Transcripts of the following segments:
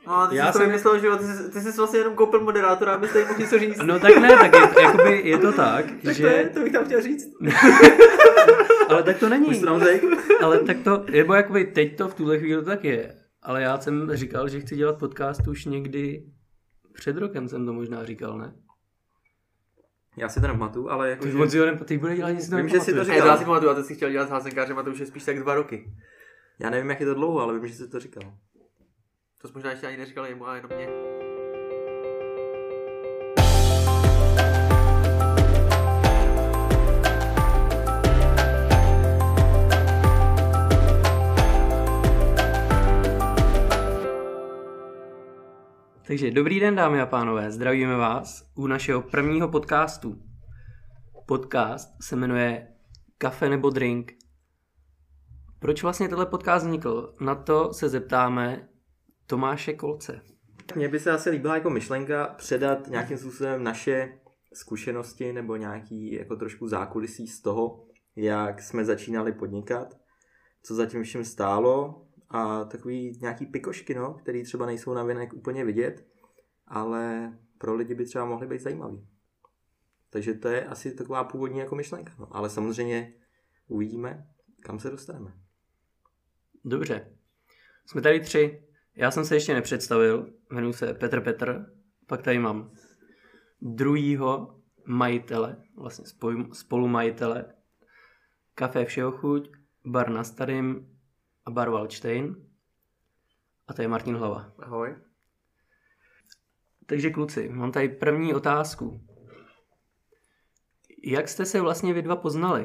No, ty jsi to vymyslel, že jo, ty jsi vlastně jenom koupil moderátora, aby jste jim mohl něco říct. No tak ne, tak je to tak, tak že... to bych tam chtěl říct. Ale tak to není. Už to nám řekl. Ale tak to, nebo jakoby teď to v tuhle chvíli tak je. Ale já jsem říkal, že chci dělat podcast už někdy před rokem jsem to možná říkal, ne? Já si to nepamatuju, ale jako... Ty bude dělat nic Vím, že si to říkal. Já si pamatuju, a ty jsi chtěl dělat s házenkářem a to už je spíš tak 2 roky. Já nevím, jak je to dlouho, ale vím, že jsi to říkal. To jsi možná ještě ani neříkal jemu, ale jenom mě. Takže dobrý den, dámy a pánové, zdravíme vás u našeho prvního podcastu. Podcast se jmenuje Kafe nebo drink. Proč vlastně tenhle podcast vznikl? Na to se zeptáme Tomáše Kolce. Mně by se asi líbila jako myšlenka předat nějakým způsobem naše zkušenosti nebo nějaký jako trošku zákulisí z toho, jak jsme začínali podnikat, co zatím všem stálo a takový nějaký pikošky, no, který třeba nejsou navenek úplně vidět, ale pro lidi by třeba mohly být zajímavý. Takže to je asi taková původní jako myšlenka, no, ale samozřejmě uvidíme, kam se dostaneme. Dobře, jsme tady 3. Já jsem se ještě nepředstavil, jmenuji se Petr, pak tady mám druhýho majitele, vlastně spolumajitele Kafe Všeho chuť, bar na Starým a bar Waldstein. A to je Martin Hlava. Ahoj. Takže kluci, mám tady první otázku. Jak jste se vlastně vy dva poznali?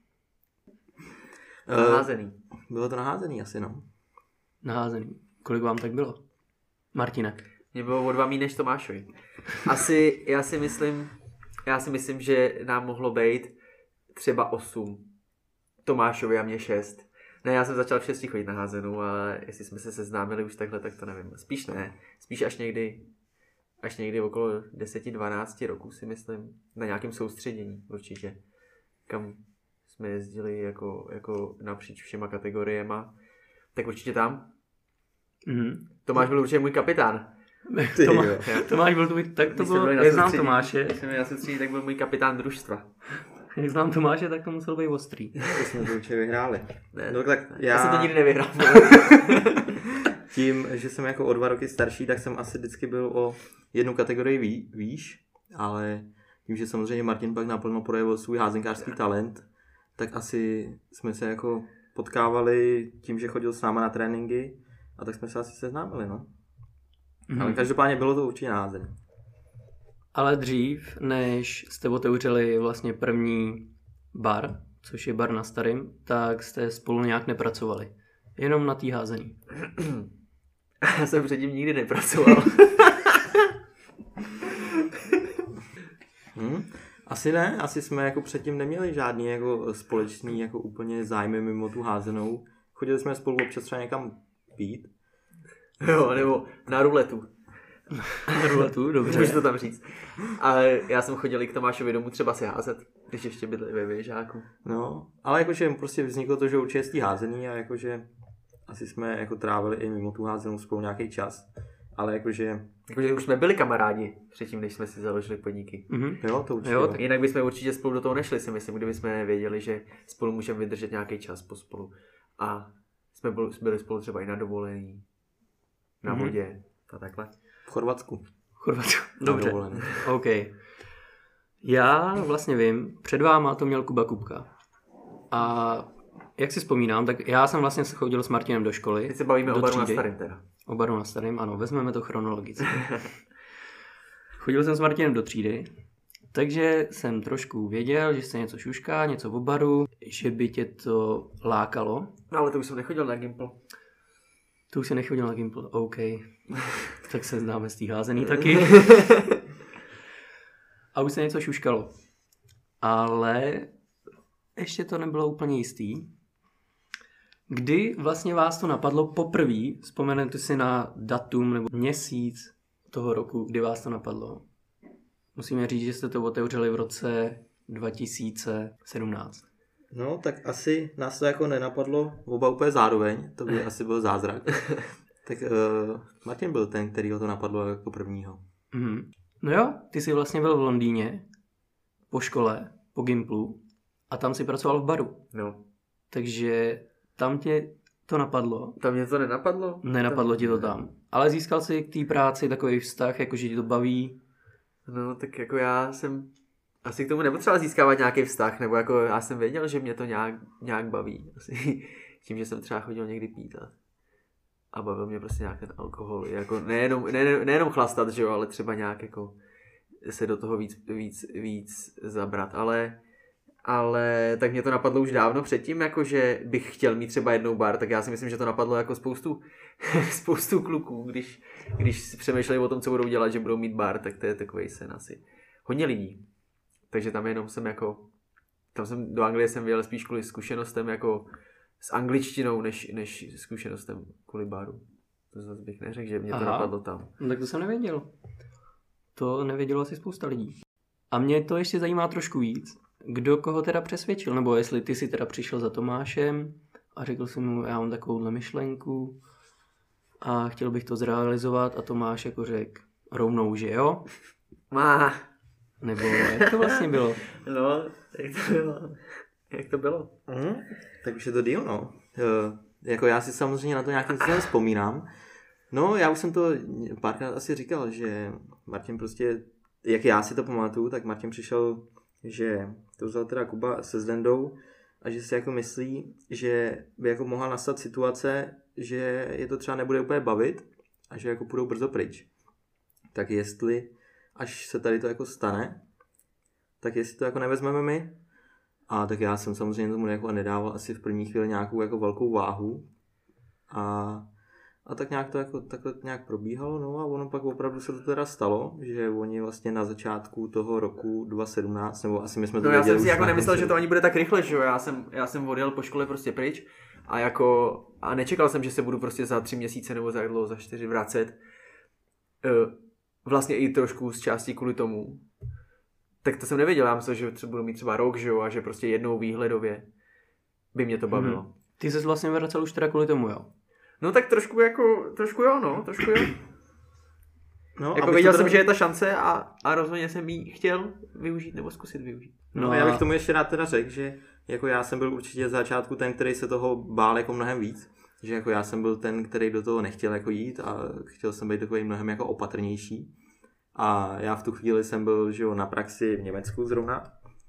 Naházený. Bylo to naházený asi, no. Naházený. Kolik vám tak bylo? Martine. Mně bylo o 2 míň než Tomášovi. Asi, já si myslím, že nám mohlo být třeba 8. Tomášovi a mě 6. Ne, já jsem začal v 6 chodit na házenou a jestli jsme se seznámili už takhle, tak to nevím. Spíš ne. Spíš až někdy okolo 10-12 roků si myslím. Na nějakém soustředění určitě. Kam jsme jezdili jako napříč všema kategoriema. Tak určitě tam. Mm-hmm. Tomáš byl určitě můj kapitán. Tomáš byl tvůj, tak to bylo, jak znám Tomáše. Když jsme měli na soustředění, tak byl můj kapitán družstva. Jak znám Tomáše, tak to musel být ostrý. To jsme to určitě vyhráli. Ne, no, tak já jsem to nikdy nevyhrál. Tím, že jsem jako o 2 roky starší, tak jsem asi vždycky byl o 1 kategorii výš, ale tím, že samozřejmě Martin pak naplno projevil svůj házenkářský talent, tak asi jsme se jako potkávali tím, že chodil s náma na tréninky a tak jsme se asi seznámili, no. Mm-hmm. Ale každopádně bylo to určitě naházení. Ale dřív, než jste otevřeli vlastně první bar, což je bar na Starým, tak jste spolu nějak nepracovali. Jenom na tý házený. Já jsem předtím nikdy nepracoval. Asi ne, asi jsme jako předtím neměli žádný jako společný jako úplně zájmy mimo tu házenou. Chodili jsme spolu občas třeba někam pít. Jo, nebo na ruletu. Na ruletu, dobře. Můžu to tam říct. Ale já jsem chodil i k Tomášovi domů třeba si házet, když ještě bydli ve Věžáku. No, ale jakože prostě vzniklo to, že určitě je házený a jakože asi jsme jako trávili i mimo tu házenou spolu nějaký čas. Ale jakože už jsme byli kamarádi předtím, než jsme si založili podniky. Mm-hmm. Jo, to určitě. Jo, jinak bychom určitě spolu do toho nešli, si myslím, kdybychom věděli, že spolu můžeme vydržet nějaký čas pospolu. A jsme byli spolu třeba i na dovolení, na vodě a takhle. V Chorvatsku. Dobře. OK. Já vlastně vím, před váma to měl Kuba Kupka. A jak si vzpomínám, tak já jsem vlastně chodil s Martinem do školy. Teď se bavíme o baru na Starým teda. O baru na Starým, ano, vezmeme to chronologicky. Chodil jsem s Martinem do třídy, takže jsem trošku věděl, že se něco šušká, něco o baru, že by tě to lákalo. No ale to už jsem nechodil na Gimpl. To už se nechodil na Gimpl, OK. Tak se známe z té házený taky. A už se něco šuškalo. Ale ještě to nebylo úplně jistý. Kdy vlastně vás to napadlo poprvé? Vzpomenete si na datum nebo měsíc toho roku, kdy vás to napadlo? Musíme říct, že jste to otevřeli v roce 2017. No, tak asi nás to jako nenapadlo oba úplně zároveň, to by asi byl zázrak. Tak Martin byl ten, který ho to napadlo jako prvního. Mm. No jo, ty jsi vlastně byl v Londýně po škole, po Gimplu a tam si pracoval v baru. No. Takže tam tě to napadlo. Tam mě to nenapadlo? Nenapadlo ti to tam. Ale získal jsi k té práci takový vztah, jakože ti to baví. No tak jako já jsem asi k tomu nepotřeboval získávat nějaký vztah, nebo jako já jsem věděl, že mě to nějak baví. Asi tím, že jsem třeba chodil někdy pít a bavil mě prostě nějak ten alkohol. Jako nejenom chlastat, že jo, ale třeba nějak jako se do toho víc zabrat. Ale tak mě to napadlo už dávno předtím, jako že bych chtěl mít třeba jednou bar, tak já si myslím, že to napadlo jako spoustu kluků, když si přemýšleli o tom, co budou dělat, že budou mít bar, tak to je takovej sen asi. Hodně lidí. Takže tam jenom do Anglie jsem vyjel spíš kvůli zkušenostem jako s angličtinou, než zkušenostem kvůli baru. To zase bych neřekl, že mě to napadlo tam. No, tak to jsem nevěděl. To nevědělo asi spousta lidí. A mě to ještě zajímá trošku víc. Kdo koho teda přesvědčil? Nebo jestli ty si teda přišel za Tomášem a řekl si mu, já mám takovouhle myšlenku a chtěl bych to zrealizovat a Tomáš jako řekl rovnou, že jo? Nebo jak to vlastně bylo? No, jak to bylo? Tak už je to deal, no. Jako já si samozřejmě na to nějakým způsobem vzpomínám. No, já už jsem to párkrát asi říkal, že Martin prostě, jak já si to pamatuju, tak Martin přišel, že to vzal teda Kuba se Zdendou a že si jako myslí, že by jako mohla nastat situace, že je to třeba nebude úplně bavit a že jako půjdou brzo pryč. Tak jestli, až se tady to jako stane, tak jestli to jako nevezmeme my. A tak já jsem samozřejmě tomu jako nedával asi v první chvíli nějakou jako velkou váhu. A tak nějak to jako takhle nějak probíhalo, no a ono pak opravdu se to teda stalo, že oni vlastně na začátku toho roku 2017, nebo asi my jsme to věděli. Já jsem si jako nemyslel, že to ani bude tak rychle, že jo, já jsem odjel po škole prostě pryč a nečekal jsem, že se budu prostě za 3 měsíce nebo za 4 vracet. Vlastně i trošku z části kvůli tomu. Tak to jsem nevěděl, já myslel, že budu mít třeba rok, že jo, a že prostě jednou výhledově by mě to bavilo. Ty jsi vlastně vracel už teda kvůli tomu, jo? No tak trošku jo. No, jako věděl jsem, že je ta šance a rozhodně jsem ji chtěl využít nebo zkusit využít. No já bych tomu ještě rád teda řekl, že jako já jsem byl určitě z začátku ten, který se toho bál jako mnohem víc. Že jako já jsem byl ten, který do toho nechtěl jako jít a chtěl jsem být takový mnohem jako opatrnější. A já v tu chvíli jsem byl, že jo, na praxi v Německu zrovna.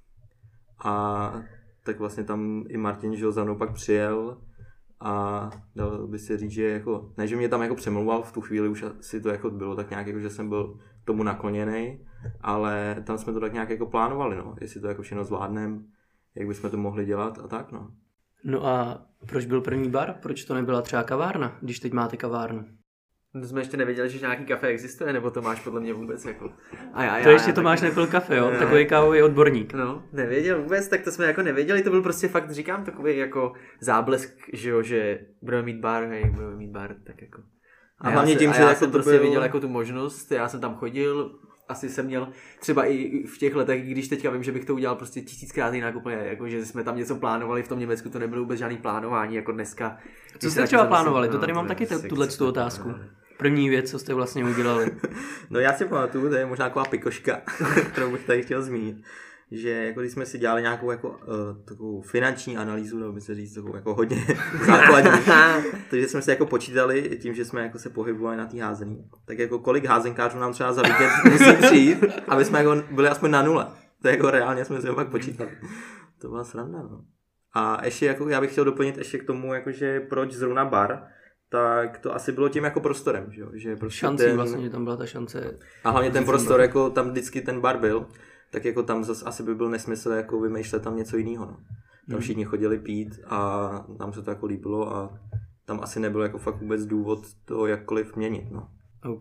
A tak vlastně tam i Martin, že jo, za mnou pak přijel. A dal by si říct, že jako, ne, že mě tam jako přemlouval, v tu chvíli už si to jako bylo tak nějak, jako, že jsem byl tomu nakloněný, ale tam jsme to tak nějak jako plánovali, no, jestli to jako všechno zvládneme, jak bychom to mohli dělat a tak, no. No a proč byl první bar? Proč to nebyla třeba kavárna, když teď máte kavárnu? To jsme ještě nevěděli, že nějaký kafe existuje, nebo to máš podle mě vůbec jako... To ještě Tomáš nepil kafe, jo? No. Takový kávový odborník. No, nevěděl vůbec, tak to jsme jako nevěděli, to byl prostě fakt, říkám, takový jako záblesk, že jo, že budeme mít bar, tak jako... A hlavně tím, že já jako jsem prostě viděl jako tu možnost, já jsem tam chodil, asi jsem měl třeba i v těch letech, když teďka vím, že bych to udělal prostě 1000krát jinak úplně, jako že jsme tam něco plánovali, v tom Německu to nebylo vůbec žádný plánování, jako dneska. Co jste třeba plánovali? To tady mám taky tuto otázku. První věc, co jste vlastně udělali? No já si pamatuju, to je možná taková pikoška, kterou bych tady chtěl zmínit, že jako když jsme si dělali nějakou jako takovou finanční analýzu, nebo by se říct takovou jako hodně základní, takže jsme si jako počítali tím, že jsme jako se pohybovali na té házení, tak jako kolik házenkářů nám třeba za víkend musí přijít, aby jsme jako byli aspoň na nule. To jako reálně jsme si ho pak počítali. To byla sranda, no. A ještě jako já bych chtěl doplnit ještě k tomu, jakože proč zrovna bar, tak to asi bylo tím jako prostorem, že prostě šancí vlastně, že tam byla ta šance. A hlavně ten prostor, jako tam vždycky ten bar byl, tak jako tam zase asi by byl nesmysl jako vymýšlet tam něco jiného, no. Tam všichni chodili pít a nám se to jako líbilo a tam asi nebylo jako fakt vůbec důvod to jakkoliv měnit, no. OK.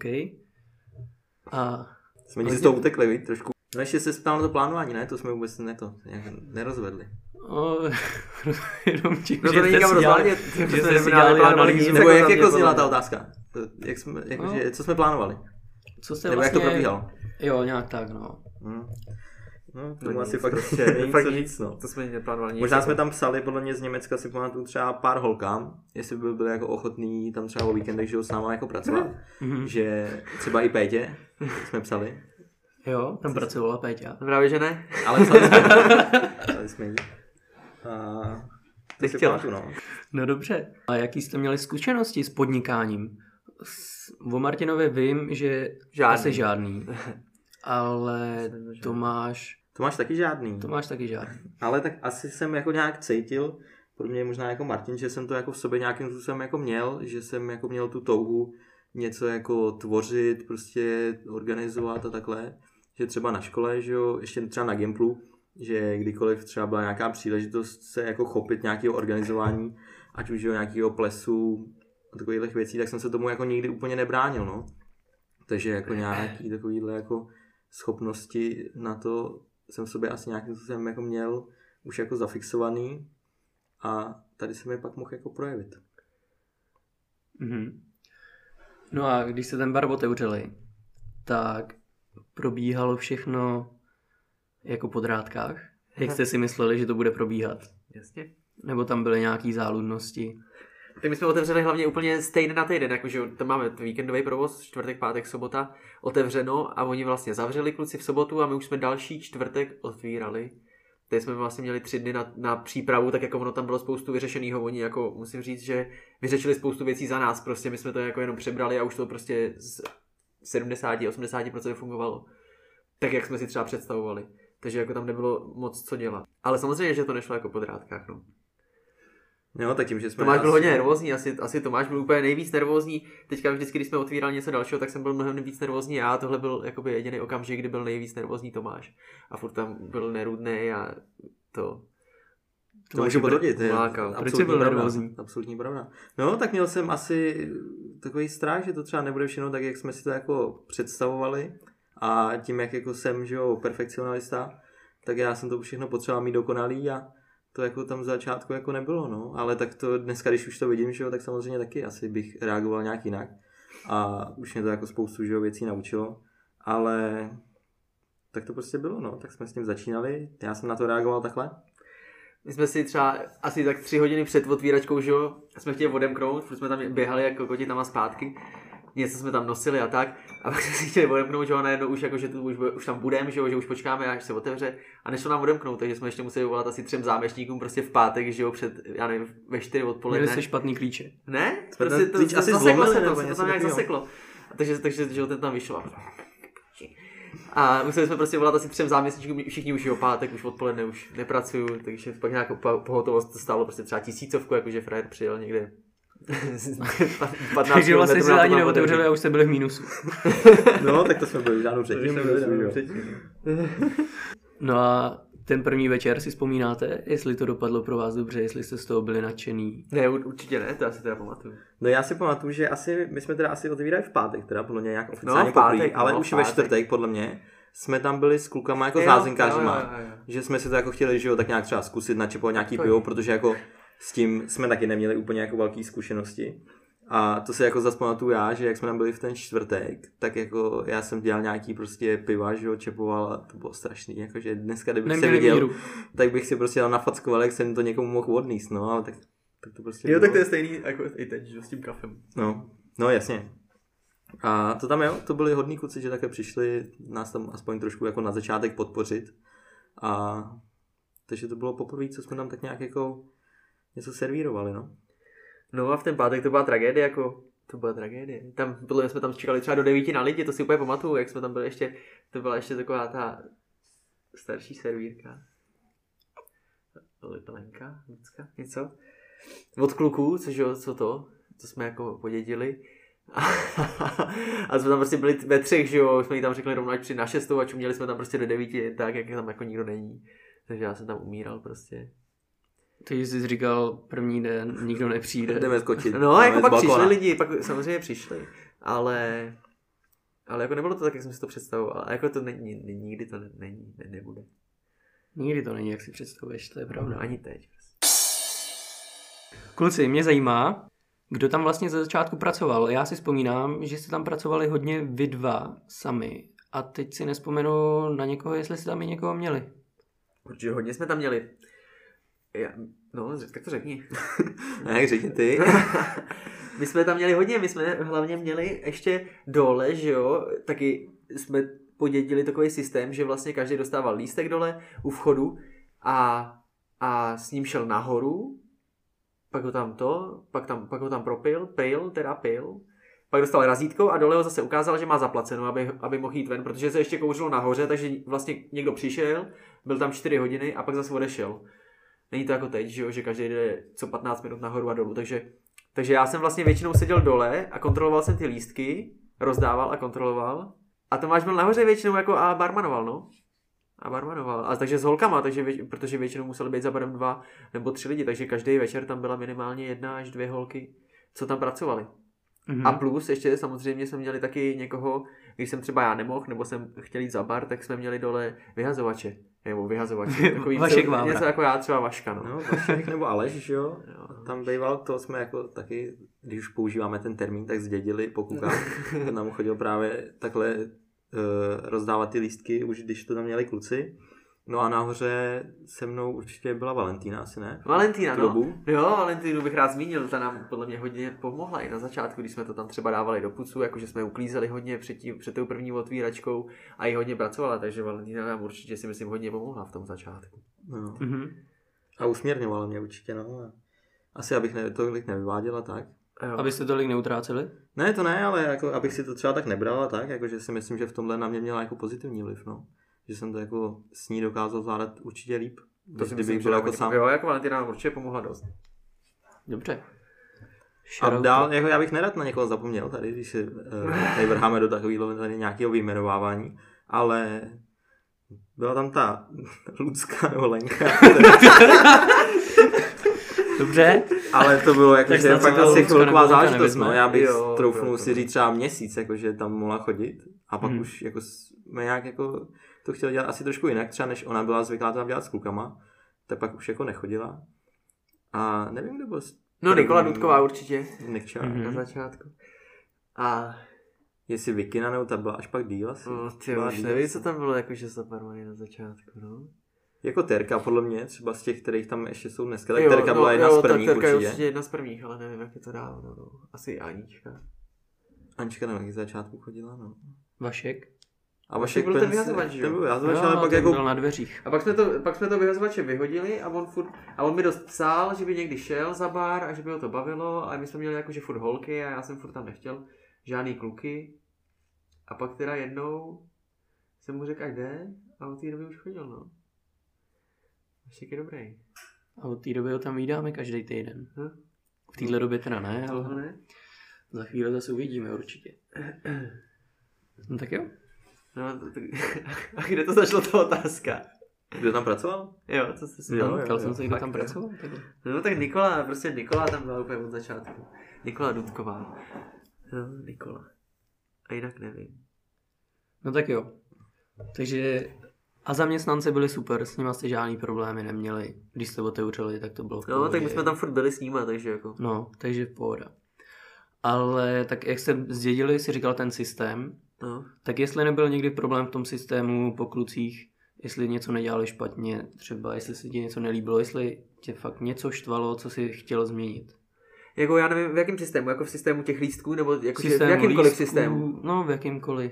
A jsme nic z toho utekli, víc, trošku. No ještě se ptal na to plánování, ne? To jsme vůbec nerozvedli. Jenom tím, že jste si dělali analýzu. Nebo jak jako zněla ta otázka? Co jsme plánovali? Co jste nebo vlastně... jak to probíhalo? Jo, nějak tak, no. Tomu asi fakt není co říct, no. To jsme neplánovali nic. Možná jsme tam psali, podle mě z Německa si pamatuju třeba pár holkám, jestli by byli jako ochotní tam třeba o víkendech, že s náma jako pracovat, že třeba i Pétě jsme psali. Jo, tam pracovala Péťa. Právě, že ne. Ale psali jsme jí. To si pamatuju, no. No dobře. A jaký jste měli zkušenosti s podnikáním? O Martinovi vím, že asi žádný. Ale Tomáš taky žádný. Ale tak asi jsem jako nějak cítil, pro mě možná jako Martin, že jsem to jako v sobě nějakým způsobem jako měl, že jsem jako měl tu touhu něco jako tvořit, prostě organizovat a takhle. Že třeba na škole, že jo, ještě třeba na Gimplu, že kdykoliv třeba byla nějaká příležitost se jako chopit nějakého organizování, ať už nějakého plesu a takových věcí, tak jsem se tomu jako nikdy úplně nebránil, no. Takže jako nějaký takovýhle jako schopnosti na to jsem v sobě asi nějakým způsobem jako měl už jako zafixovaný a tady jsem je pak mohl jako projevit. Mm-hmm. No a když se ten bar otevřeli, tak probíhalo všechno jako po drátkách? Jak jste si mysleli, že to bude probíhat? Jasně. Nebo tam byly nějaký záludnosti? Tak my jsme otevřeli hlavně úplně stejně na týden, jakože tam máme víkendový provoz, čtvrtek, pátek, sobota otevřeno a oni vlastně zavřeli kluci v sobotu a my už jsme další čtvrtek otvírali. Teď jsme vlastně měli 3 dny na přípravu, tak jako ono tam bylo spoustu vyřešenýho, oni jako musím říct, že vyřešili spoustu věcí za nás, prostě my jsme to jako jenom přebrali a už to prostě z 70-80% fungovalo. Tak jak jsme si třeba představovali. Takže jako tam nebylo moc co dělat. Ale samozřejmě, že to nešlo jako po drátkách, no. Jo, tak tím, že jsme Tomáš byl hodně nervózní, asi Tomáš byl úplně nejvíc nervózní. Teďka vždycky, když jsme otvírali něco dalšího, tak jsem byl mnohem víc nervózní já. Tohle byl jakoby jediný okamžik, kdy byl nejvíc nervózní Tomáš. A furt tam byl nerudnej a to můžu potvrdit. Proč jsi byl nervózní? Absolutní pravda. No, tak měl jsem asi takový strach, že to třeba nebude všechno tak, jak jsme si to jako představovali. A tím, jak jako jsem, že jo, perfekcionalista, tak já jsem to všechno potřeboval mít dokonalý a to jako tam z začátku jako nebylo, no. Ale tak to dneska, když už to vidím, že jo, tak samozřejmě taky asi bych reagoval nějak jinak. A už mě to jako spoustu, že jo, věcí naučilo. Ale tak to prostě bylo, no. Tak jsme s tím začínali. Já jsem na to reagoval takhle. My jsme si třeba asi tak 3 hodiny před otvíračkou, že jo, jsme chtěli odemknout, protože jsme tam běhali jako koti tam a zpátky. Něco jsme tam nosili a tak. A pak jsme si chtěli odemknout, že jo, najednou už jako, že už tam budeme, že jo, že už počkáme, až se otevře. A nešlo nám odemknout, takže jsme ještě museli volat asi 3 zámečníkům prostě v pátek, že jo, před, já nevím, ve 4 odpoledne. Měli jste špatný klíče. Ne? Prostě to asi zaseklo se to tam nějak zaseklo. Takže že jo, ten tam vyšel. A museli jsme prostě volat asi 3 záměstníkům, všichni už jo, pátek, už odpoledne už nepracuju, takže pak nějakou pohotovost to stálo prostě třeba 1000, jakože frajer přijel někde. Takže vlastně se ani neotevřeli a už jste byli v mínusu. No, tak to jsme byli žádnou předtím. No a ten první večer si vzpomínáte, jestli to dopadlo pro vás dobře, jestli jste z toho byli nadšený? Ne, určitě ne, to já si teda pamatuju. No já si pamatuju, že my jsme teda asi otvírali v pátek, teda podle mě nějak oficiálně poprvé, ale už ve čtvrtek podle mě jsme tam byli s klukama jako zázenkářima, že jsme si to jako chtěli, že jo, tak nějak třeba zkusit načepovat nějaký pivo, protože jako s tím jsme taky neměli úplně jako velké zkušenosti. A to se jako zase pamatuju já, že jak jsme tam byli v ten čtvrtek, tak jako já jsem dělal nějaký prostě piva, že jo, čepoval a to bylo strašný, jakože dneska, kdybych se viděl, tak bych si prostě dal nafackoval, jak jsem to někomu mohl odníst, no, ale tak to prostě jo, bylo. Tak to je stejný jako i teď, že s tím kafem. No jasně. A to tam to byli hodní kluci, že také přišli nás tam aspoň trošku jako na začátek podpořit. A takže to bylo poprvé, co jsme tam tak nějak jako něco servírovali, no. No a v ten pátek to byla tragédie, jako to byla tragédie. Jsme tam čekali třeba do 9 na lidi, to si úplně pamatuju, jak jsme tam byli ještě, to byla ještě taková ta starší servírka. Lenka, Lucka, něco. Od kluků, co jsme jako podědili. A jsme tam prostě byli ve 3, že jo, jsme jí tam řekli rovnou, ať přijde na 6 a čuměli jsme tam prostě do 9, tak jak tam jako nikdo není. Takže já jsem tam umíral prostě. Ty jsi říkal první den, nikdo nepřijde. Jdeme skočit. No, jako pak přišli lidi, pak samozřejmě přišli, ale jako nebylo to tak, jak jsem si to představoval. A jako to nikdy to nebude. Nikdy to není, jak si představuješ, to je pravda. No, ani teď. Kluci, mě zajímá, kdo tam vlastně ze začátku pracoval. Já si vzpomínám, že jste tam pracovali hodně vy dva sami A teď si nespomenu na někoho, jestli si tam i někoho měli. Protože hodně jsme tam měli. No, tak to řekni. Ne, řekni ty. My jsme tam měli hodně, my jsme hlavně měli ještě dole, že jo, taky jsme podědili takový systém, že vlastně každý dostával lístek dole u vchodu a s ním šel nahoru, pak ho tam pil, pak dostal razítko a dole ho zase ukázal, že má zaplaceno, aby mohl jít ven, protože se ještě kouřilo nahoře, takže vlastně někdo přišel, byl tam 4 hodiny a pak zase odešel. Není to jako teď, že každý jde co 15 minut nahoru a dolů, takže já jsem vlastně většinou seděl dole a kontroloval jsem ty lístky, rozdával a kontroloval. A Tomáš byl nahoře většinou jako a barmanoval, no. A takže s holkama, protože většinou museli být za barem 2 nebo 3 lidi, takže každý večer tam byla minimálně 1 až 2 holky, co tam pracovali. A plus ještě samozřejmě jsme měli taky někoho, když jsem třeba já nemohl, nebo jsem chtěl jít za bar, tak jsme měli dole vyhazovače. Takový Vašek něco jako já, třeba Vaška. No, Vašek nebo Aleš, jo. Tam býval, to jsme jako taky, když už používáme ten termín, tak zdědili pokukám. Tam chodil právě takhle rozdávat ty lístky, už když to tam měli kluci. No a nahoře se mnou určitě byla Valentína, asi ne? Valentína, no. Jo, Valentínu bych rád zmínil, ta nám podle mě hodně pomohla i na začátku, když jsme to tam třeba dávali do pucu, jakože jsme uklízeli hodně před tou první otvíračkou a i hodně pracovala, takže Valentína nám určitě si myslím hodně pomohla v tom začátku. No. A usměrňovala mě určitě, no. Asi abych tolik nevyváděla, tak. Jo. Abyste tolik neutráceli? Ne, to ne, ale jako, abych si to třeba tak nebrala, tak, jakože si myslím, že v tomhle na mě měla jako pozitivní vliv, no. Že jsem to jako s ní dokázal zvládat určitě líp. To si myslím, že jako sám. Jo, jako Valentina nám určitě pomohla dost. Dobře. A dál, jako já bych nerad na někoho zapomněl tady, když si tady vrháme do takového tady nějakého vyjmenovávání, ale byla tam ta Lucka nebo Lenka. Dobře. Ale to bylo jako, že fakt asi chvilková záležitost, no. Já bych troufnul si říct třeba měsíc, jakože tam mohla chodit a pak už jako jsme nějak jako to chtěla dělat asi trošku jinak, třeba než ona byla zvyklá tam dělat s klukama, tak pak už jako nechodila. A nevím, kdo byl. No Nikola Dudková určitě. Na začátku. A jestli Vikina, nebo ta byla až pak díl asi. No, ty už nevím, co tam bylo jakože za barmany na začátku, no. Jako Terka, podle mě, třeba z těch, kterých tam ještě jsou dneska, tak Terka byla jedna z prvních určitě. Terka je určitě jedna z prvních, ale nevím, jak je to dávno, no. Asi Anička. Anička nevím, jak z začátku chodila, no. Vašek? A Vašek byl ten vyhazovač, že jo? Ten byl vyhazovač, ale pak jako byl na dveřích. A pak jsme to vyhazovače vyhodili a on mi dost psal, že by někdy šel za bar a že by ho to bavilo a my jsme měli jakože furt holky a já jsem furt tam nechtěl žádný kluky. A pak teda jednou jsem mu řekl, ať jde a od té doby už chodil, no. Vašek je dobrý. A od té doby ho tam vídáme každý týden. V téhle době teda ne, ale ne. Za chvíli zase uvidíme určitě. No tak jo. No, a kde to začalo ta otázka? Kdo tam pracoval? Jo, co jste si dal? Ptal jsem se, kdo tam pracoval. No tak Nikola tam byla úplně od začátku. Nikola Dudková. No, Nikola. A jinak nevím. No tak jo. Takže a zaměstnanci byli super, s nimi jste žádný problémy neměli. Když jste otevřeli, tak to bylo v pohodě. No, tak my jsme tam furt byli s nima, takže jako. No, takže pohoda. Ale tak jak jste zdědili, si říkal ten systém, tak jestli nebyl někdy problém v tom systému po klucích, jestli něco nedělali špatně, třeba jestli se ti něco nelíbilo, jestli tě fakt něco štvalo, co si chtěl změnit. Jako já nevím, v jakém systému, jako v systému těch lístků, nebo jako v jakýmkoliv systému? No, v jakýmkoliv.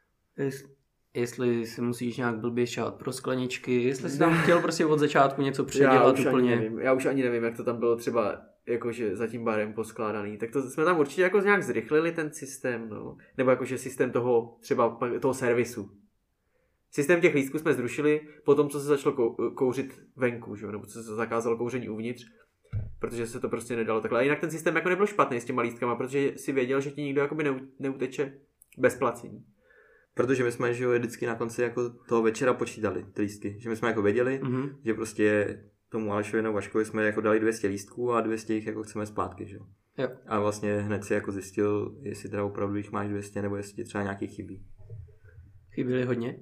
Jestli si musíš nějak blbě šát pro skleničky, jestli jsi tam chtěl prostě od začátku něco předělat úplně. Já už ani nevím, jak to tam bylo třeba jakože za tím barem poskládaný. Tak to jsme tam určitě jako nějak zrychlili ten systém, no. Nebo jakože systém toho třeba toho servisu. Systém těch lístků jsme zrušili po tom, co se začalo kouřit venku, že? Nebo co se zakázalo kouření uvnitř, protože se to prostě nedalo takhle. A jinak ten systém jako nebyl špatný s těma lístkama, protože si věděl, že ti nikdo jakoby neuteče bez placení. Protože my jsme, že jo, vždycky na konci jako toho večera počítali ty lístky. Že my jsme jako věděli, že prostě tomu Alešovi nebo Vaškovi jsme jako dali 200 lístků a 200 jich jako chceme zpátky, že jo. A vlastně hned si jako zjistil, jestli teda opravdu jich máš 200 nebo jestli ti třeba nějaký chybí. Chyběly hodně?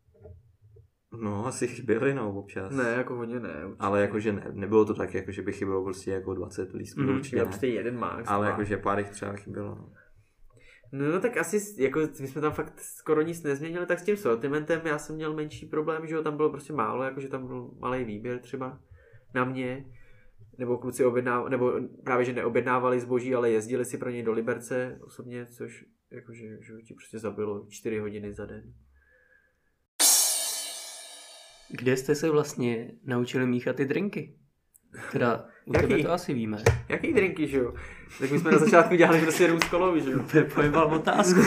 No, asi chyběly, no, občas. Ne, jako hodně ne. Určitě. Ale jakože ne, nebylo to tak, jako že by chybělo prostě jako 20 lístků, určitě ne. Prostě jeden max. Ale jakože pár jich třeba chybělo, no. No tak asi, jako my jsme tam fakt skoro nic nezměnili, tak s tím sortimentem já jsem měl menší problém, že jo, tam bylo prostě málo, jakože tam byl malý výběr třeba na mě, nebo kluci nebo právě, že neobjednávali zboží, ale jezdili si pro něj do Liberce osobně, což jakože že ti prostě zabilo 4 hodiny za den. Kde jste se vlastně naučili míchat ty drinky? Teda u tebe to asi víme. Jaký drinky, že jo? Tak my jsme na začátku dělali prostě rům s kolou, že jo? Pojebal otázku.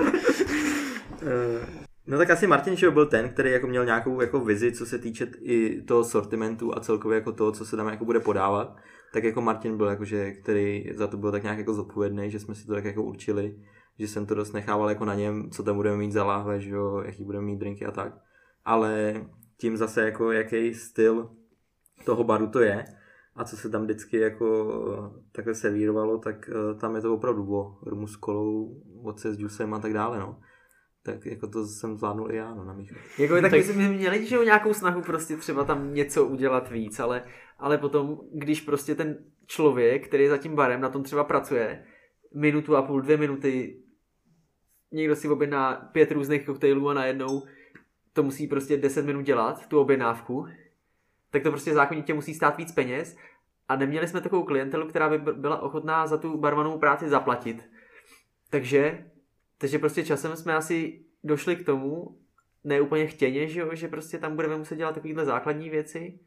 No tak asi Martin, že byl ten, který jako měl nějakou jako vizi, co se týče i toho sortimentu a celkově jako toho, co se tam jako bude podávat. Tak jako Martin byl jakože, který za to byl tak nějak jako zodpovědný, že jsme si to tak jako určili, že jsem to dost nechával jako na něm, co tam budeme mít za láhve, že jo, jaký budeme mít drinky a tak. Ale tím zase jako jaký styl toho baru to je a co se tam vždycky jako takhle servírovalo, tak tam je to opravdu o rumu s kolou, vodce s džusem a tak dále, no. Tak jako to jsem zvládnul i já, no, na Míchu. Jako, tak my jsme měli že nějakou snahu prostě třeba tam něco udělat víc, ale potom, když prostě ten člověk, který je za tím barem, na tom třeba pracuje, 1,5 minuty, 2 minuty, někdo si objedná 5 různých koktejlů a najednou to musí prostě 10 minut dělat, tu objednávku, tak to prostě zákonitě musí stát víc peněz a neměli jsme takovou klientelu, která by byla ochotná za tu barmanovou práci zaplatit. Takže prostě časem jsme asi došli k tomu, ne úplně chtěně, že prostě tam budeme muset dělat takovýhle základní věci.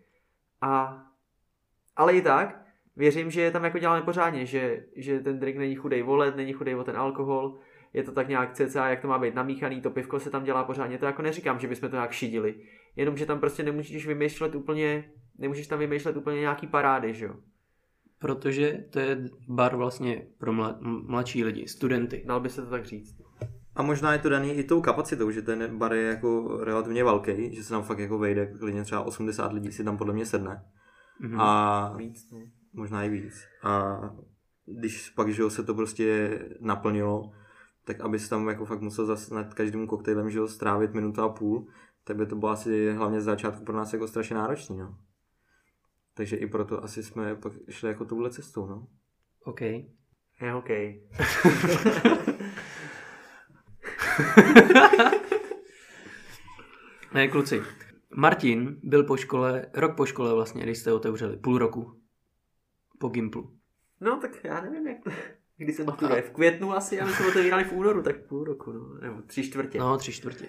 Ale i tak, věřím, že tam jako děláme pořádně, že ten drink není chudej o led, není chudej o ten alkohol, je to tak nějak cca, jak to má být namíchaný, to pivko se tam dělá pořádně, to jako neříkám, že bychom to nějak šidili, jenomže tam prostě nemůžeš tam vymýšlet úplně nějaký parády, že jo. Protože to je bar vlastně pro mladší lidi, studenty. Dal by se to tak říct. A možná je to daný i tou kapacitou, že ten bar je jako relativně velký, že se tam fakt jako vejde klidně třeba 80 lidí si tam podle mě sedne. Mm-hmm. A víc, no. Možná i víc. A když pak, že se to prostě naplnilo, tak abys tam jako fakt musel zase nad každým koktejlem, že strávit 1,5 minuty, tak by to bylo asi hlavně z začátku pro nás jako strašně náročný, no. Takže i proto asi jsme pak šli jako touhle cestou, no. OK. Je OK. Ne, kluci. Martin byl rok po škole vlastně, když jste otevřeli, půl roku. Po Gimplu. No tak já nevím, kdy se maturuje. V květnu asi, a my jsme otevírali v únoru, tak půl roku, no. Nebo 3/4. No, 3/4.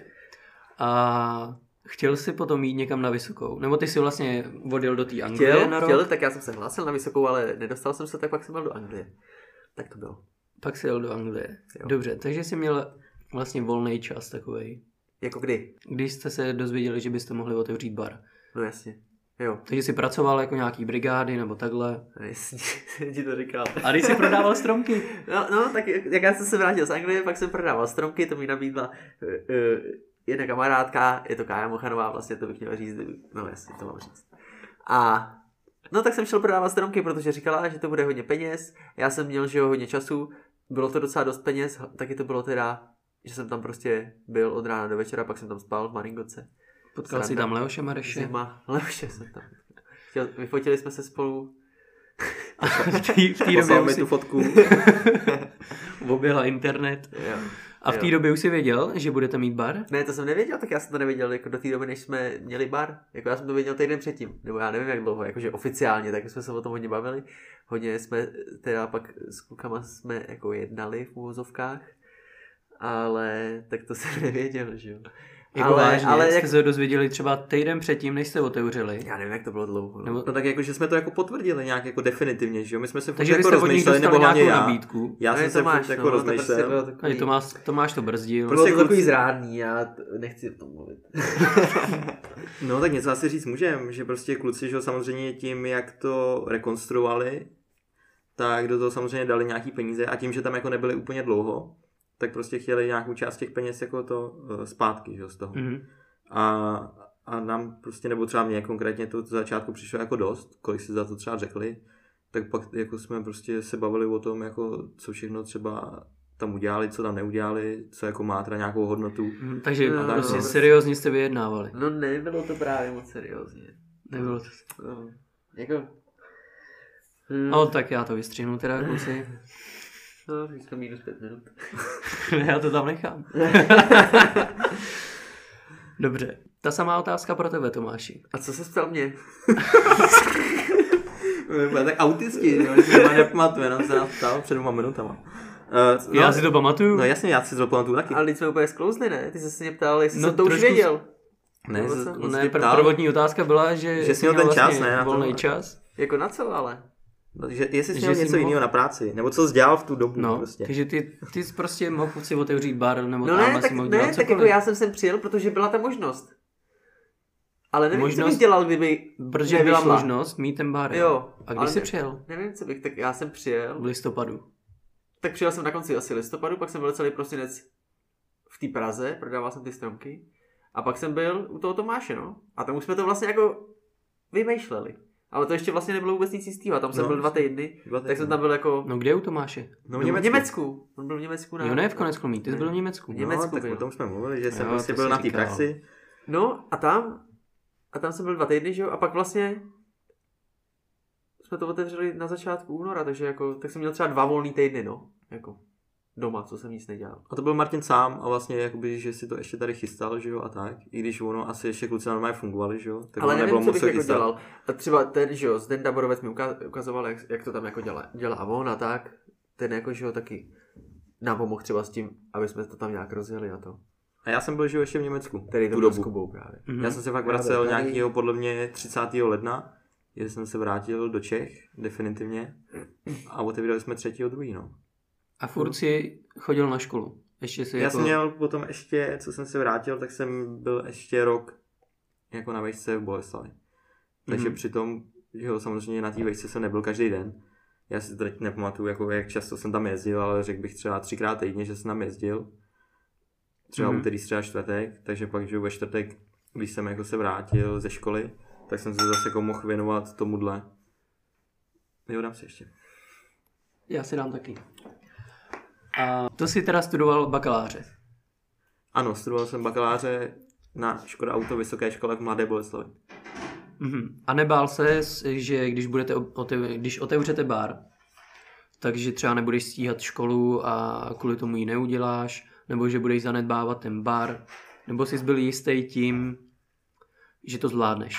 A chtěl jsi potom jít někam na vysokou? Nebo ty jsi vlastně odjel do té Anglie na rok? Chtěl, tak já jsem se hlásil na vysokou, ale nedostal jsem se, tak pak jsem byl do Anglie. Tak to bylo. Pak jsi jel do Anglie. Jo. Dobře, takže jsi měl vlastně volný čas takovej. Jako kdy? Když jste se dozvěděli, že byste mohli otevřít bar. No jasně. Jo. Takže jsi pracoval jako nějaký brigády nebo takhle. Jasně, jsem ti to říkal. A když jsi prodával stromky? No, tak jak já jsem se vrátil z Anglie, pak jsem prodával stromky, to mi nabídla jedna kamarádka, je to Kája Mochanová, vlastně to bych měl říct, no jasně, to mám říct. A no tak jsem šel prodávat stromky, protože říkala, že to bude hodně peněz, já jsem měl, že jo, hodně času, bylo to docela dost peněz, taky to bylo teda, že jsem tam prostě byl od rána do večera, pak jsem tam spal v Maringotce. Potkal jsi tam Leoše Mareše? Zima, Leoše jsem tam. Vyfotili jsme se spolu. V té době už si tu fotku. Objela internet. Jo. A v té době už jsi věděl, že budete mít bar? Ne, to jsem nevěděl, tak já jsem to nevěděl jako do té doby, než jsme měli bar. Jako já jsem to věděl týden předtím, nebo já nevím jak dlouho, jakože oficiálně, tak jsme se o tom hodně bavili. Hodně jsme, teda pak s klukama jsme jako jednali v úvozovkách, ale tak to jsem nevěděl, že jo. Jako ale jste se dozvěděli třeba týden předtím, než jste otevřeli. Já nevím, jak to bylo dlouho. No tak jako, že jsme to jako potvrdili nějak jako definitivně, že jo? My jsme se takže jako rozmýšleli, nebo hlavně já. Nabídku. Já jsem se furt jako rozmýšlel. Tomáš to brzdil. Prostě bylo to takový zrádný, já nechci o tom mluvit. No tak něco asi říct můžem, že prostě kluci, že samozřejmě tím, jak to rekonstruovali, tak do toho samozřejmě dali nějaký peníze a tím, že tam jako nebyli úplně dlouho, tak prostě chtěli nějakou část těch peněz jako to zpátky, že, z toho. Mm-hmm. A nám prostě, nebo třeba mě konkrétně to začátku přišlo jako dost, kolik si za to třeba řekli, tak pak jako jsme prostě se bavili o tom, jako co všechno třeba tam udělali, co tam neudělali, co jako má teda nějakou hodnotu. Takže prostě seriózně jste vyjednávali. No nebylo to právě moc seriózně. Nebylo to. Jako... No tak já to vystřihnu teda, kluci. No, teďka minus 5 minut. Já to tam nechám. Dobře, ta samá otázka pro tebe, Tomáši. A co se ptal mě? Tak autisti, že se nepamatuje, jenom se nás ptal před 2 minutama. Já si to pamatuju. No jasně, já si to pamatuju taky. Ale teď jsme úplně sklouzli, ne? Ty jsi se mě ptal, jestli jsem to už věděl. Ne, prvotní otázka byla, že jsi měl ten čas, vlastně ne? Volný čas. Jako na co ale? No, jestli jsi měl něco jiného na práci, nebo co jsi dělal v tu dobu prostě. Takže ty jsi prostě mohl si otevřít bar, nebo no tam ne, si mohl dělat cokoliv. Tak jako já jsem sem přijel, protože byla ta možnost. Ale nevím, co bych dělal, kdyby protože byla možnost mít ten bar. Jo. A když jsi přijel? Nevím, co bych, tak já jsem přijel. V listopadu. Tak přijel jsem na konci asi listopadu, pak jsem byl celý prosinec v té Praze, prodával jsem ty stromky. A pak jsem byl u toho Tomáše, no. A tam už jsme to vlastně jako vymýšleli. Ale to ještě vlastně nebylo vůbec nic jistého. Tam jsem byl 2 týdny, tak jsem tam byl jako... No kde u Tomáše? No v Německu. On byl v Německu. Jo, ne v Koneckolmí, ty jsi byl v Německu. V Německu tak o tom jsme mluvili, že jsem prostě byl na té praxi. No a tam jsem byl 2 týdny, že jo, a pak vlastně jsme to otevřeli na začátku února, takže jako, tak jsem měl třeba 2 volný týdny, no, jako doma, co jsem nic nedělal. A to byl Martin sám a vlastně jakoby, že si to ještě tady chystal, že jo, a tak, i když ono asi ještě kluci normálně fungovali, že jo. Ale nevím, co bych jako dělal. A třeba ten, že jo, Zdenda Borovec mi ukazoval, jak to tam jako dělá on a tak, ten jako, že jo, taky nám pomohl třeba s tím, aby jsme to tam nějak rozjeli a to. A já jsem byl, že jo, ještě v Německu. Tedy to dobu. S Kubou právě. Já jsem se fakt vracel nějakého podle mě 30. ledna, kdy jsem se vrátil do Čech, definitivně, a otevírali jsme 3.2. no. A furt si chodil na školu? Ještě si já jsem měl potom ještě, co jsem se vrátil, tak jsem byl ještě rok jako na vejšce v Boleslavi. Takže přitom, že jo, samozřejmě na té vejšce jsem nebyl každý den. Já si teď nepamatuju, jako jak často jsem tam jezdil, ale řekl bych třeba 3krát týdně, že jsem tam jezdil. Třeba úterý, středa, čtvrtek, takže pak, že ve čtvrtek, když jsem jako se vrátil ze školy, tak jsem se zase jako mohl věnovat tomuhle. Jo, dám si ještě. Já si dám taky. A to jsi teda studoval bakaláře? Ano, studoval jsem bakaláře na Škoda Auto Vysoké škole v Mladé Boleslavi. A nebál ses, že když otevřete bar, takže třeba nebudeš stíhat školu a kvůli tomu ji neuděláš, nebo že budeš zanedbávat ten bar, nebo jsi byl jistý tím, že to zvládneš?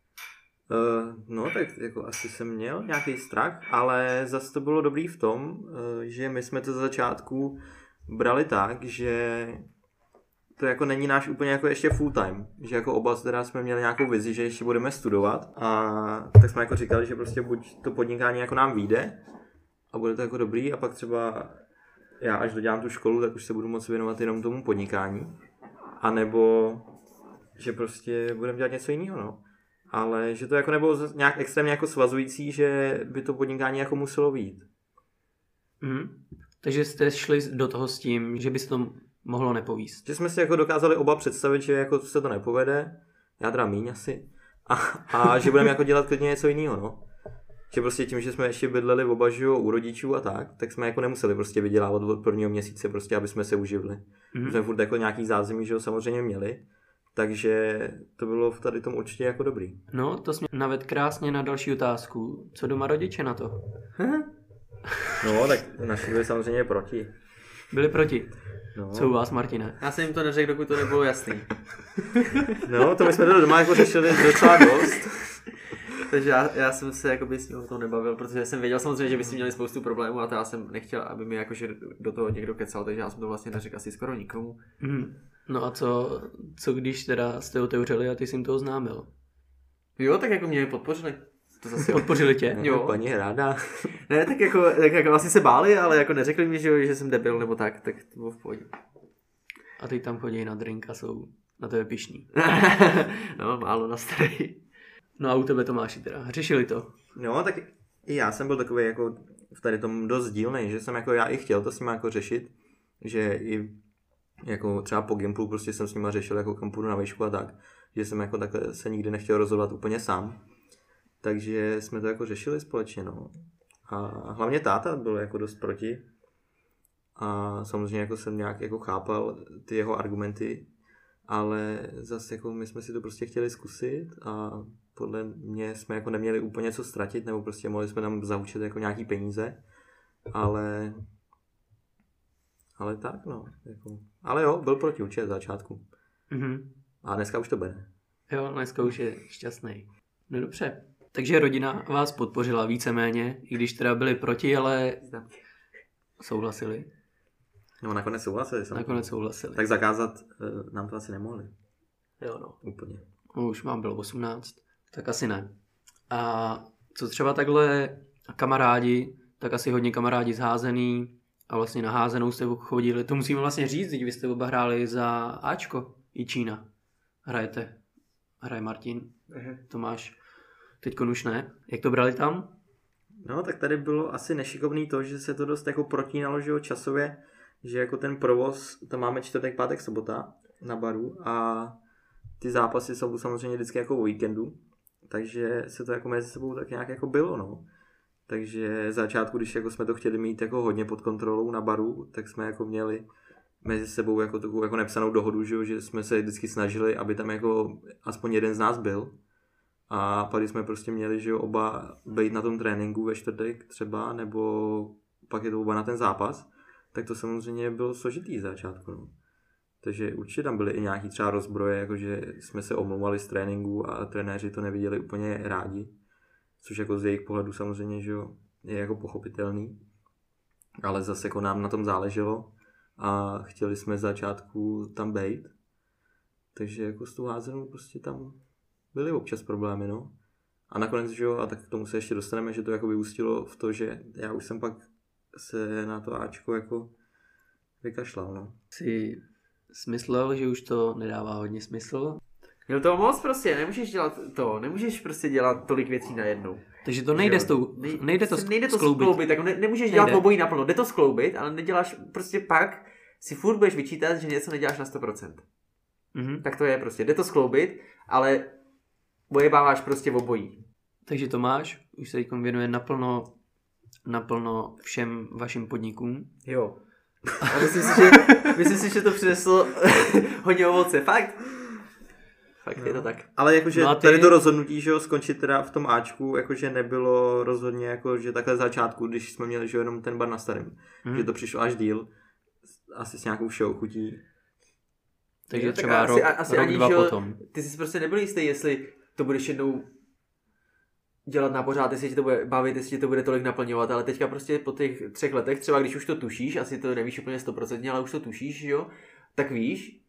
No tak jako asi jsem měl nějaký strach, ale zase to bylo dobrý v tom, že my jsme to za začátku brali tak, že to jako není náš úplně jako ještě full time, že jako oba teda jsme měli nějakou vizi, že ještě budeme studovat a tak jsme jako říkali, že prostě buď to podnikání jako nám vyjde a bude to jako dobrý a pak třeba já až dodělám tu školu, tak už se budu moci věnovat jenom tomu podnikání, anebo že prostě budeme dělat něco jiného, no. Ale že to jako nebylo nějak extrémně jako svazující, že by to podnikání jako muselo vyjít. Takže jste šli do toho s tím, že by se to mohlo nepovíst. Že jsme si jako dokázali oba představit, že jako se to nepovede, já teda míň asi, a že budeme jako dělat klidně něco jiného, no. Že prostě tím, že jsme ještě bydleli oba u rodičů a tak jsme jako nemuseli prostě vydělávat od prvního měsíce prostě, aby jsme se uživili. Jsme furt jako nějaký zázemí, že ho samozřejmě měli. Takže to bylo v tady tom určitě jako dobrý. No, to jsi mě navedl krásně na další otázku. Co doma rodiče na to? No, tak naši byli samozřejmě proti. Byli proti? No. Co u vás, Martine? Já jsem jim to neřekl, dokud to nebylo jasný. No, to my jsme to doma jako řešili docela dost. Takže já jsem se jakoby s ním o tom nebavil, protože jsem věděl samozřejmě, že by si měli spoustu problémů a to já jsem nechtěl, aby mi jakože do toho někdo kecal, takže já jsem to vlastně neřekl asi skoro nikomu. No a co když teda jste otevřeli a ty jsi jim to oznámil? Jo, tak jako mě podpořili. To zase podpořili tě? Jo. Paní ráda. Ne, tak jako vlastně se báli, ale jako neřekli mi, že jsem debil nebo tak to bylo v pohodě. A teď tam chodí na drink a jsou na tebe pyšní. No, málo na starý. No a u tebe, Tomáši, teda řešili to? No, tak i já jsem byl takový jako v tady tom dost dílnej, že jsem jako já i chtěl to s nima jako řešit, že i jako třeba po Gimplu prostě jsem s nima řešil, jako kam půjdu na výšku a tak, že jsem jako takhle se nikdy nechtěl rozhodovat úplně sám. Takže jsme to jako řešili společně, no. A hlavně táta byl jako dost proti. A samozřejmě jako jsem nějak jako chápal ty jeho argumenty, ale zase jako my jsme si to prostě chtěli zkusit a podle mě jsme jako neměli úplně co ztratit, nebo prostě mohli jsme tam zaúčet jako nějaký peníze, ale Ale tak no. Jako. Ale jo, byl proti určitě z začátku. Mm-hmm. A dneska už to bere. Jo, dneska už je šťastný. No dobře. Takže rodina vás podpořila víceméně, i když teda byli proti, ale souhlasili. No nakonec souhlasili. Nakonec souhlasili. Tak zakázat nám to asi nemohli. Jo no. Úplně. No, už mám bylo 18, tak asi ne. A co třeba takhle kamarádi, tak asi hodně kamarádi zházený a vlastně na házenou jste chodili. To musíme vlastně říct, když vy jste oba hráli za Ačko i Čína. Hraje Martin, Tomáš. Teďko už ne. Jak to brali tam? No tak tady bylo asi nešikovný to, že se to dost jako protínalo, že jo, časově, že jako ten provoz, tam máme čtvrtek, pátek, sobota na baru a ty zápasy jsou samozřejmě vždycky jako o víkendu, takže se to jako mezi sebou tak nějak jako bylo, no. Takže v začátku, když jako jsme to chtěli mít jako hodně pod kontrolou na baru, tak jsme jako měli mezi sebou jako takovou jako nepsanou dohodu, že jsme se vždycky snažili, aby tam jako aspoň jeden z nás byl. A pak jsme prostě měli, že oba být na tom tréninku ve čtvrtek třeba, nebo pak je to oba na ten zápas, tak to samozřejmě bylo složitý z začátku. No. Takže určitě tam byly i nějaký třeba rozbroje, jakože jsme se omlouvali z tréninku a trenéři to neviděli úplně rádi, což jako z jejich pohledu samozřejmě, že jo, je jako pochopitelný. Ale zase jako nám na tom záleželo a chtěli jsme z začátku tam být. Takže jako s tou házenou prostě tam byly občas problémy, no. A nakonec, že jo, a tak k tomu se ještě dostaneme, že to jako vyústilo v to, že já už jsem pak se na to Ačko jako vykašlal, no. Jsi smyslel, že už to nedává hodně smysl? Měl toho moc prostě, nemůžeš prostě dělat tolik věcí najednou. Takže to nejde nejde to skloubit. Tak nemůžeš dělat obojí naplno, jde to skloubit, ale neděláš, prostě pak si furt budeš vyčítat, že něco neděláš na 100%. Mm-hmm. Tak to je prostě, jde to skloubit, ale bojebáváš prostě obojí. Takže Tomáš už se teďkom věnuje naplno všem vašim podnikům. Jo. A myslím si, že to přineslo hodně ovoce, fakt je to tak. Ale jakože no tady to rozhodnutí, že jo, skončit teda v tom Ačku, jakože nebylo rozhodně jako, že takhle z začátku, když jsme měli, že jenom ten bar na starém, že to přišlo až díl, asi s nějakou všeho chutí. Takže třeba rok, dva potom. Ty jsi prostě nebyl jistý, jestli to budeš jednou dělat na pořád, jestli tě to bude bavit, jestli tě to bude tolik naplňovat, ale teďka prostě po těch 3 letech, třeba když už to tušíš, asi to nevíš úplně 100%, ale už to tušíš, jo, tak víš,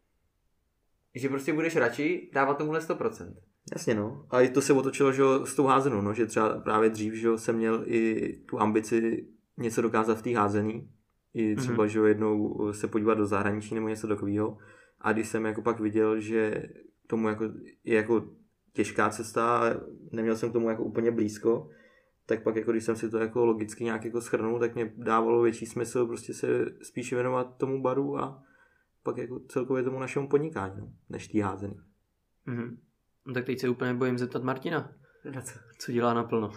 že prostě budeš radši dávat tomuhle 100%. Jasně, no. A i to se otočilo, že s tou házenou, no, že třeba právě dřív, že jsem měl i tu ambici něco dokázat v té házený, i třeba, že jednou se podívat do zahraničí nebo něco takového. A když jsem jako pak viděl, že tomu jako je jako těžká cesta a neměl jsem k tomu jako úplně blízko, tak pak jako když jsem si to jako logicky nějak jako shrnul, tak mě dávalo větší smysl prostě se spíš věnovat tomu baru a pak jako celkově tomu našemu podnikání, no, než tý házený. Mm-hmm. No tak teď se úplně bojím zeptat Martina. Co dělá naplno?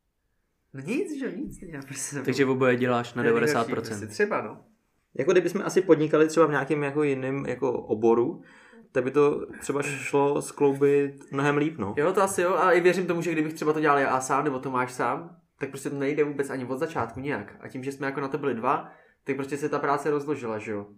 No nic, že nic. Takže oboje děláš na 90%. Prostě třeba, no. Jako kdybychom asi podnikali třeba v nějakém jako jiném jako oboru, tak by to třeba šlo skloubit mnohem líp, no. Jo, to asi jo, a i věřím tomu, že kdybych třeba to dělal já sám, nebo Tomáš sám, tak prostě to nejde vůbec ani od začátku nějak. A tím, že jsme jako na to byli 2, tak prostě se ta práce rozložila, že jo.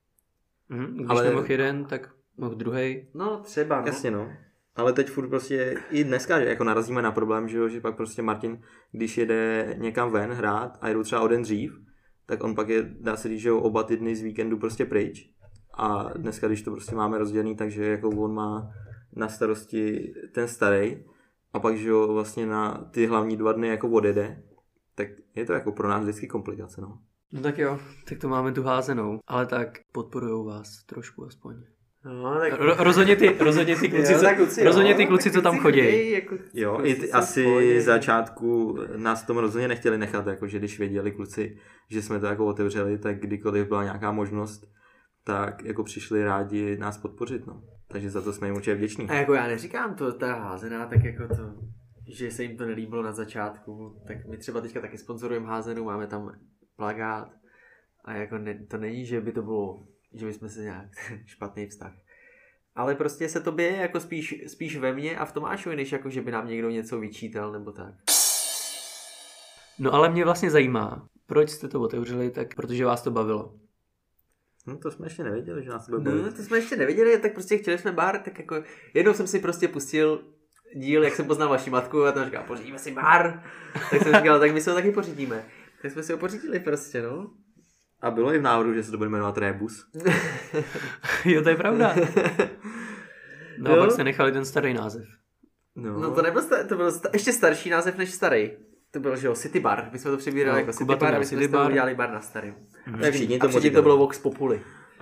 Když ale nemohl jeden, tak mohl druhej. No, třeba, no. Jasně, no. Ale teď furt prostě i dneska jako narazíme na problém, že pak prostě Martin, když jede někam ven hrát a jedou třeba o den dřív, tak on pak je, dá se říct, že oba ty dny z víkendu prostě pryč. A dneska, když to prostě máme rozdělený, takže jako on má na starosti ten starý a pak, že jo, vlastně na ty hlavní 2 dny jako odjede, tak je to jako pro nás vždycky komplikace, no. No tak jo, tak to máme tu házenou, ale tak podporujou vás trošku aspoň. No, tak... rozhodně ty kluci, rozhodně ty kluci, co tam chodí. Jako, jo, i ty asi z začátku nás v tom rozhodně nechtěli nechat, jakože když věděli kluci, že jsme to jako otevřeli, tak kdykoliv byla nějaká možnost, tak jako přišli rádi nás podpořit, no. Takže za to jsme jim určitě vděční. A jako já neříkám to, ta házená, tak jako to, že se jim to nelíbilo na začátku, tak my třeba teďka taky sponzorujeme házenou, máme tam plakát a jako to není, že by to bylo, že bychom se nějak špatný vztah. Ale prostě se to běje jako spíš ve mně a v Tomášovi, než jako, že by nám někdo něco vyčítal nebo tak. No ale mě vlastně zajímá, proč jste to otevřeli, tak protože vás to bavilo. No to jsme ještě nevěděli, že nás to bude No to jsme ještě nevěděli, tak prostě chtěli jsme bar, tak jako jednou jsem si prostě pustil díl, jak jsem poznal vaši matku a tam říkal, pořídíme si bar. Tak jsem říkal, tak my si ho taky pořídíme. Tak jsme si ho pořídili prostě, no. A bylo i v návrhu, že se to bude jmenovat Rébus. Jo, to je pravda. No a pak jste nechali ten starý název. No to nebyl to byl ještě starší název než starý. To byl, že jo, City Bar. My jsme to přebírali jako City Bar a my jsme to udělali bar na starém. Tak všichni tomu to bylo Vox Populi.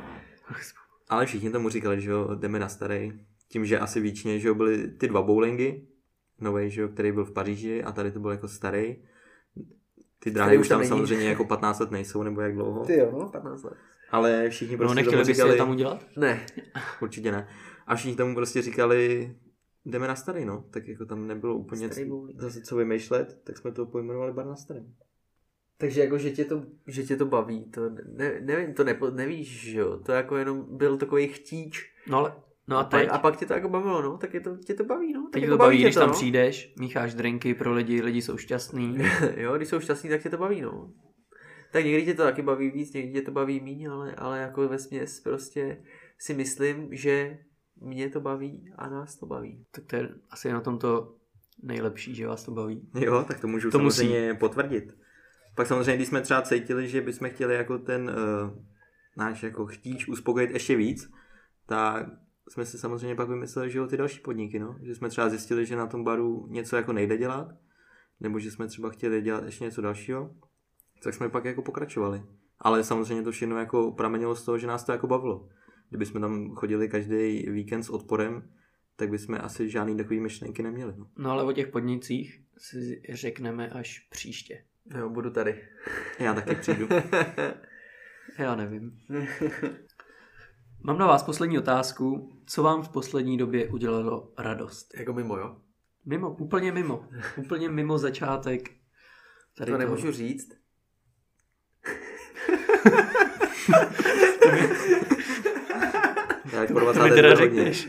Ale všichni tomu říkali, že jo, jdeme na starý. Tím, že asi víčně, že jo, byly ty 2 bowlingy. Novej, že jo, který byl v Paříži a tady to byl jako starý. Ty dráhy už tam samozřejmě jako 15 let nejsou, nebo jak dlouho. Ty jo, no, 15 let. Ale všichni prostě nechtěli byste je tam udělat? Ne. Určitě ne. A všichni tomu prostě říkali, jdeme na starý, no. Tak jako tam nebylo úplně zase co vymýšlet, tak jsme to pojmenovali bar na starém. Takže jako, že tě to baví, to nevím, to nevíš, že jo. To jako jenom byl takový chtíč. No a teď? A pak tě to jako bavilo, no. Tak tě to baví, no. Teď to baví, když tam přijdeš, mícháš drinky pro lidi jsou šťastní. Jo, když jsou šťastní, tak tě to baví, no. Tak někdy tě to taky baví víc, někdy tě to baví míň, ale jako vesměs prostě si myslím, že mě to baví a nás to baví. Tak to je asi na tom to nejlepší, že vás to baví. Jo, tak to můžu samozřejmě potvrdit. Pak samozřejmě, když jsme třeba cítili, že bychom chtěli jako ten náš jako chtíč uspokojit ještě víc, tak jsme si samozřejmě pak vymysleli, že jo, ty další podniky, no. Že jsme třeba zjistili, že na tom baru něco jako nejde dělat, nebo že jsme třeba chtěli dělat ještě něco dalšího, tak jsme pak jako pokračovali. Ale samozřejmě to všechno jako pramenilo z toho, že nás to jako bavilo. Kdybychom tam chodili každý víkend s odporem, tak bychom asi žádný takový myšlenky neměli. No ale o těch podnicích si řekneme až příště. Jo, budu tady. Já taky přijdu. Já nevím. Mám na vás poslední otázku. Co vám v poslední době udělalo radost? Jako mimo, jo? Mimo, úplně mimo. Úplně mimo začátek. Tady to nemůžu říct. Jak po 20. řekneš.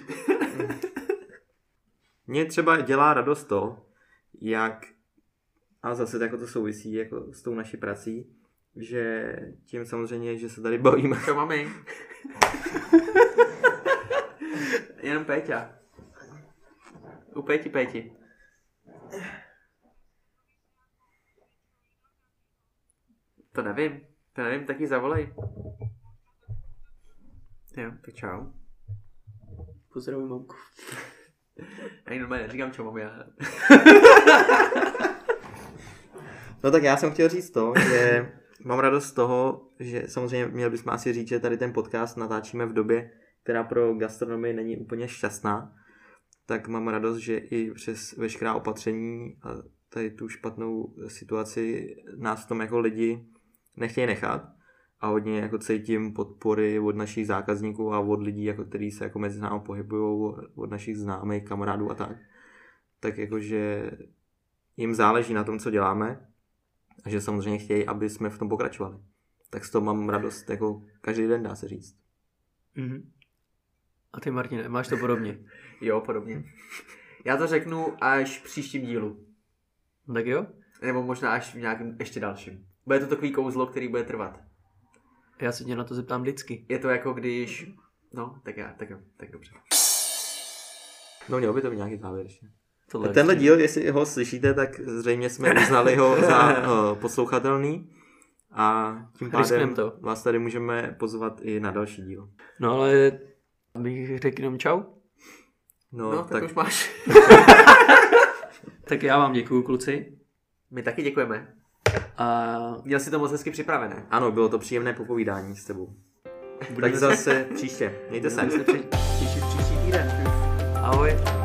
Mně třeba dělá radost to, jak, a zase jako to souvisí jako s tou naší prací, že tím samozřejmě, že se tady bavíme. Čau, mami. Jenom Péťa. U Péti. To nevím, taky zavolej. Jo, tak čau. Pozdravuj mamku. Ani normálně neříkám čau, mami, já. No tak já jsem chtěl říct to, že mám radost z toho, že samozřejmě měli bychom asi říct, že tady ten podcast natáčíme v době, která pro gastronomii není úplně šťastná, tak mám radost, že i přes veškerá opatření a tady tu špatnou situaci nás v tom jako lidi nechtějí nechat a hodně jako cítím podpory od našich zákazníků a od lidí, jako kteří se jako mezi námi pohybují, od našich známých, kamarádů a tak. Tak jakože jim záleží na tom, co děláme a že samozřejmě chtějí, aby jsme v tom pokračovali. Tak z toho mám radost jako každý den, dá se říct. Mm-hmm. A ty, Martine, máš to podobně? Jo, podobně. Já to řeknu až v příštím dílu. Tak jo? Nebo možná až v nějakém ještě dalším. Bude to takový kouzlo, který bude trvat. Já se tě na to zeptám vždycky. Je to jako když... No, tak dobře. No měl by to být nějaký závěr ještě. Tohle tenhle díl, jestli ho slyšíte, tak zřejmě jsme uznali ho za poslouchatelný a tím pádem vás tady můžeme pozvat i na další díl. No ale bych řekl jenom čau. No tak už máš. Tak já vám děkuju, kluci. My taky děkujeme. A... Měl jsi to moc hezky připravené. Ano, bylo to příjemné popovídání s tebou. Tak zase příště. Mějte se. Příští týden. Ahoj.